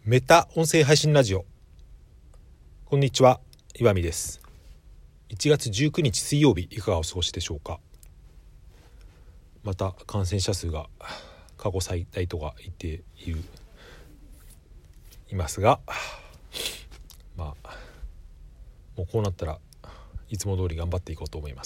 メタ音声配信ラジオ。こんにちは、岩見です。1月19日水曜日、いかがお過ごしでしょうか。また感染者数が過去最大とか言っていますが、もうこうなったらいつも通り頑張っていこうと思います。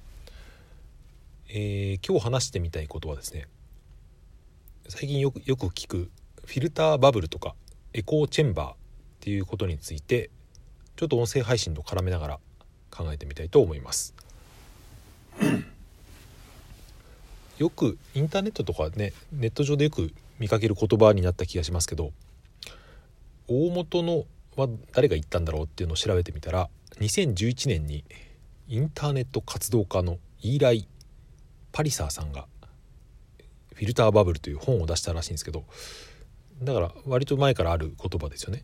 今日話してみたいことはですね、最近よく聞くフィルターバブルとかエコーチェンバーっていうことについて、ちょっと音声配信と絡めながら考えてみたいと思います。よくインターネットとかね、ネット上でよく見かける言葉になった気がしますけど、大元のは誰が言ったんだろうっていうのを調べてみたら、2011年にインターネット活動家のイーライ・パリサーさんがフィルターバブルという本を出したらしいんですけど、だから割と前からある言葉ですよね。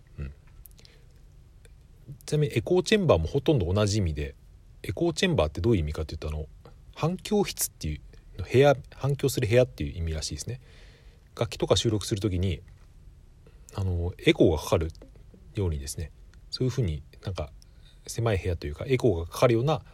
ちなみにエコーチェンバーもほとんど同じ意味で、エコーチェンバーってどういう意味かというと、反響室っていう部屋、反響する部屋っていう意味らしいですね。楽器とか収録するときにエコーがかかるようにですね、そういうふうになんか狭い部屋というかエコーがかかるような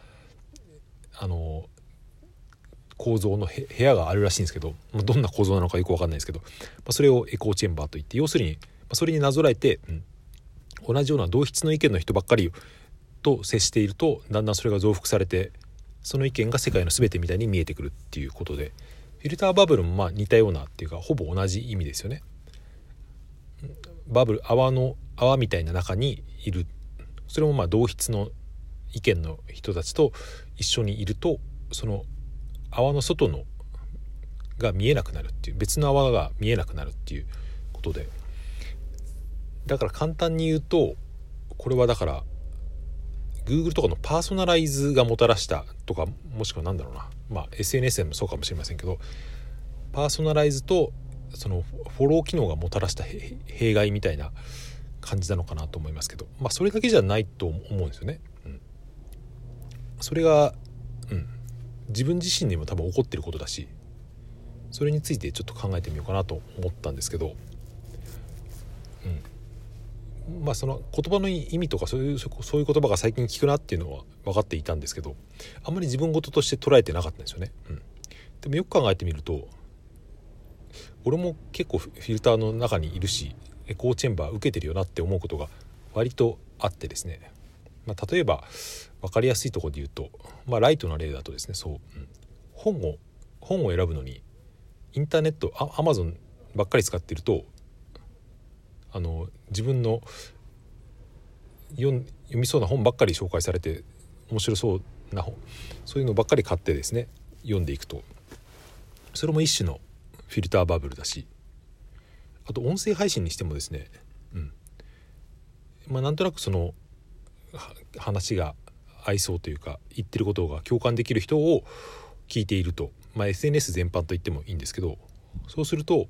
構造の部屋があるらしいんですけど、どんな構造なのかよく分かんないですけど、それをエコーチェンバーといって、要するにそれになぞらえて、同じような同質の意見の人ばっかりと接していると、だんだんそれが増幅されて、その意見が世界の全てみたいに見えてくるっていうことで、フィルターバブルも似たようなっていうか、ほぼ同じ意味ですよね。バブル、泡みたいな中にいる、それも同質の意見の人たちと一緒にいると、その泡の外のが見えなくなるっていう、別の泡が見えなくなるっていうことで、だから簡単に言うと、これはだから Google とかのパーソナライズがもたらしたとか、もしくはSNS でもそうかもしれませんけど、パーソナライズとそのフォロー機能がもたらした弊害みたいな感じなのかなと思いますけど、それだけじゃないと思うんですよね。それが、自分自身にも多分起こってることだし、それについてちょっと考えてみようかなと思ったんですけど、その言葉の意味とかそういう言葉が最近聞くなっていうのは分かっていたんですけど、あんまり自分事として捉えてなかったんですよね。でもよく考えてみると、俺も結構フィルターの中にいるし、エコーチェンバー受けてるよなって思うことが割とあってですね、例えば分かりやすいところで言うと、ライトな例だとですね、本を選ぶのにインターネット、Amazon ばっかり使ってると、自分の読みそうな本ばっかり紹介されて、面白そうな本、そういうのばっかり買ってですね、読んでいくと、それも一種のフィルターバブルだし、あと音声配信にしてもですね、なんとなくその話が合いそうというか、言ってることが共感できる人を聞いていると、SNS 全般と言ってもいいんですけど、そうすると、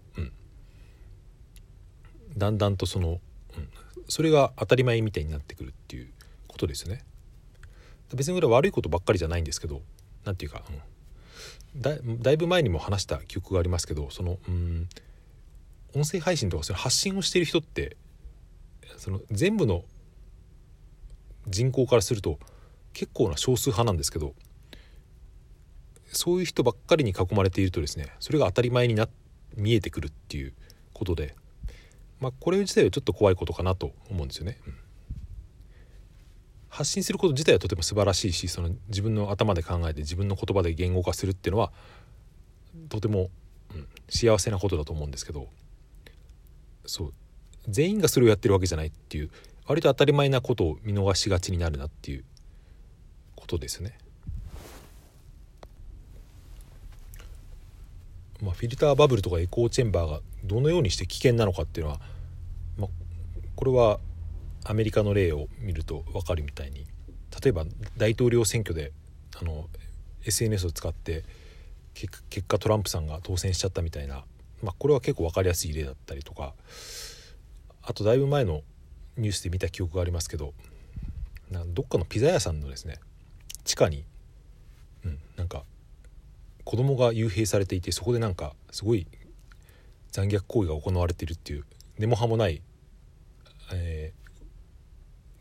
だんだんとそれが当たり前みたいになってくるっていうことですよね。別にこれは悪いことばっかりじゃないんですけど、なんていうか、だいぶ前にも話した記憶がありますけど、音声配信とかその発信をしている人って、その全部の人口からすると結構な少数派なんですけど、そういう人ばっかりに囲まれているとですね、それが当たり前に見えてくるっていうことで、これ自体はちょっと怖いことかなと思うんですよね。発信すること自体はとても素晴らしいし、その自分の頭で考えて自分の言葉で言語化するっていうのはとても、幸せなことだと思うんですけど、全員がそれをやってるわけじゃないっていう、割と当たり前なことを見逃しがちになるなっていうことですね。フィルターバブルとかエコーチェンバーがどのようにして危険なのかっていうのは、これはアメリカの例を見ると分かるみたいに、例えば大統領選挙でSNS を使って結果トランプさんが当選しちゃったみたいな、これは結構分かりやすい例だったりとか、あとだいぶ前のニュースで見た記憶がありますけど、どっかのピザ屋さんのですね、地下に、なんか子供が幽閉されていて、そこでなんかすごい残虐行為が行われているっていう、根も葉もない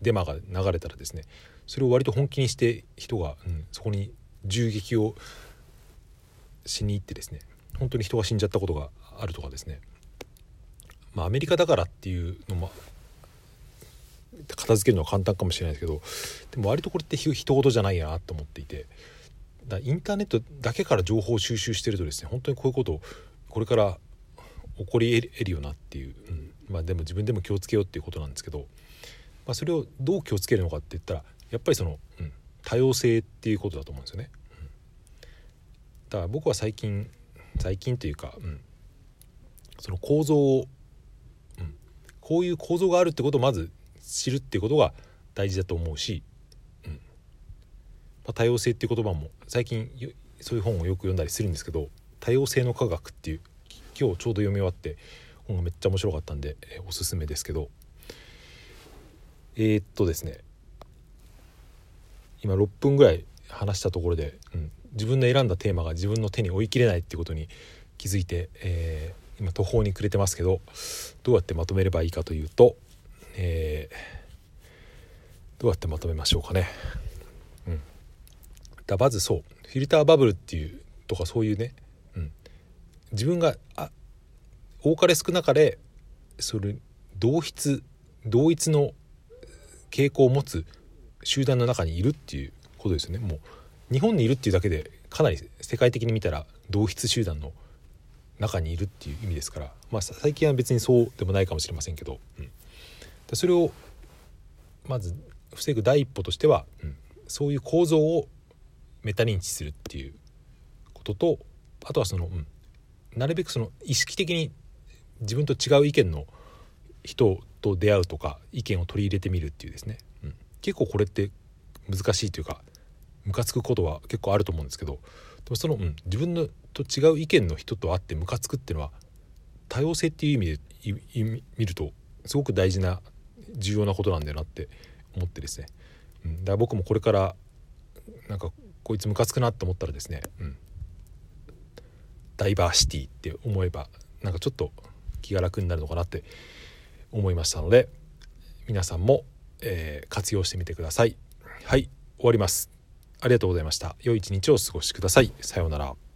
デマが流れたらですね、それを割と本気にして人が、そこに銃撃をしに行ってですね、本当に人が死んじゃったことがあるとかですね、アメリカだからっていうのも片付けるのは簡単かもしれないですけど、でも割とこれって人事じゃないなと思っていて、インターネットだけから情報を収集してるとですね、本当にこういうことをこれから起こり得るよなっていう、でも自分でも気をつけようっていうことなんですけど、それをどう気をつけるのかって言ったら、やっぱりその、多様性っていうことだと思うんですよね。だから僕は最近というか、その構造を、こういう構造があるってことをまず知るっていうことが大事だと思うし、多様性っていう言葉も最近そういう本をよく読んだりするんですけど、多様性の科学っていう今日ちょうど読み終わって本がめっちゃ面白かったんで、おすすめですけど、ですね、今6分ぐらい話したところで、自分の選んだテーマが自分の手に追い切れないっていうことに気づいて、今途方に暮れてますけど、どうやってまとめればいいかというと、どうやってまとめましょうかね。まずフィルターバブルっていうとかそういうね、自分が多かれ少なかれそれ同一の傾向を持つ集団の中にいるっていうことですよね。もう日本にいるっていうだけでかなり世界的に見たら同一集団の中にいるっていう意味ですから、最近は別にそうでもないかもしれませんけど、それをまず防ぐ第一歩としては、そういう構造をメタ認知するっていうことと、あとはなるべく意識的に自分と違う意見の人と出会うとか意見を取り入れてみるっていうですね、結構これって難しいというかムカつくことは結構あると思うんですけど、でも自分のと違う意見の人と会ってムカつくっていうのは多様性っていう意味で見るとすごく大事な重要なことなんだよなって思ってですね、だから僕もこれからなんかこいつムカつくなって思ったらですね、ダイバーシティって思えばなんかちょっと気が楽になるのかなって思いましたので、皆さんも、活用してみてください。はい、終わります。ありがとうございました。良い一日をお過ごしください。さようなら。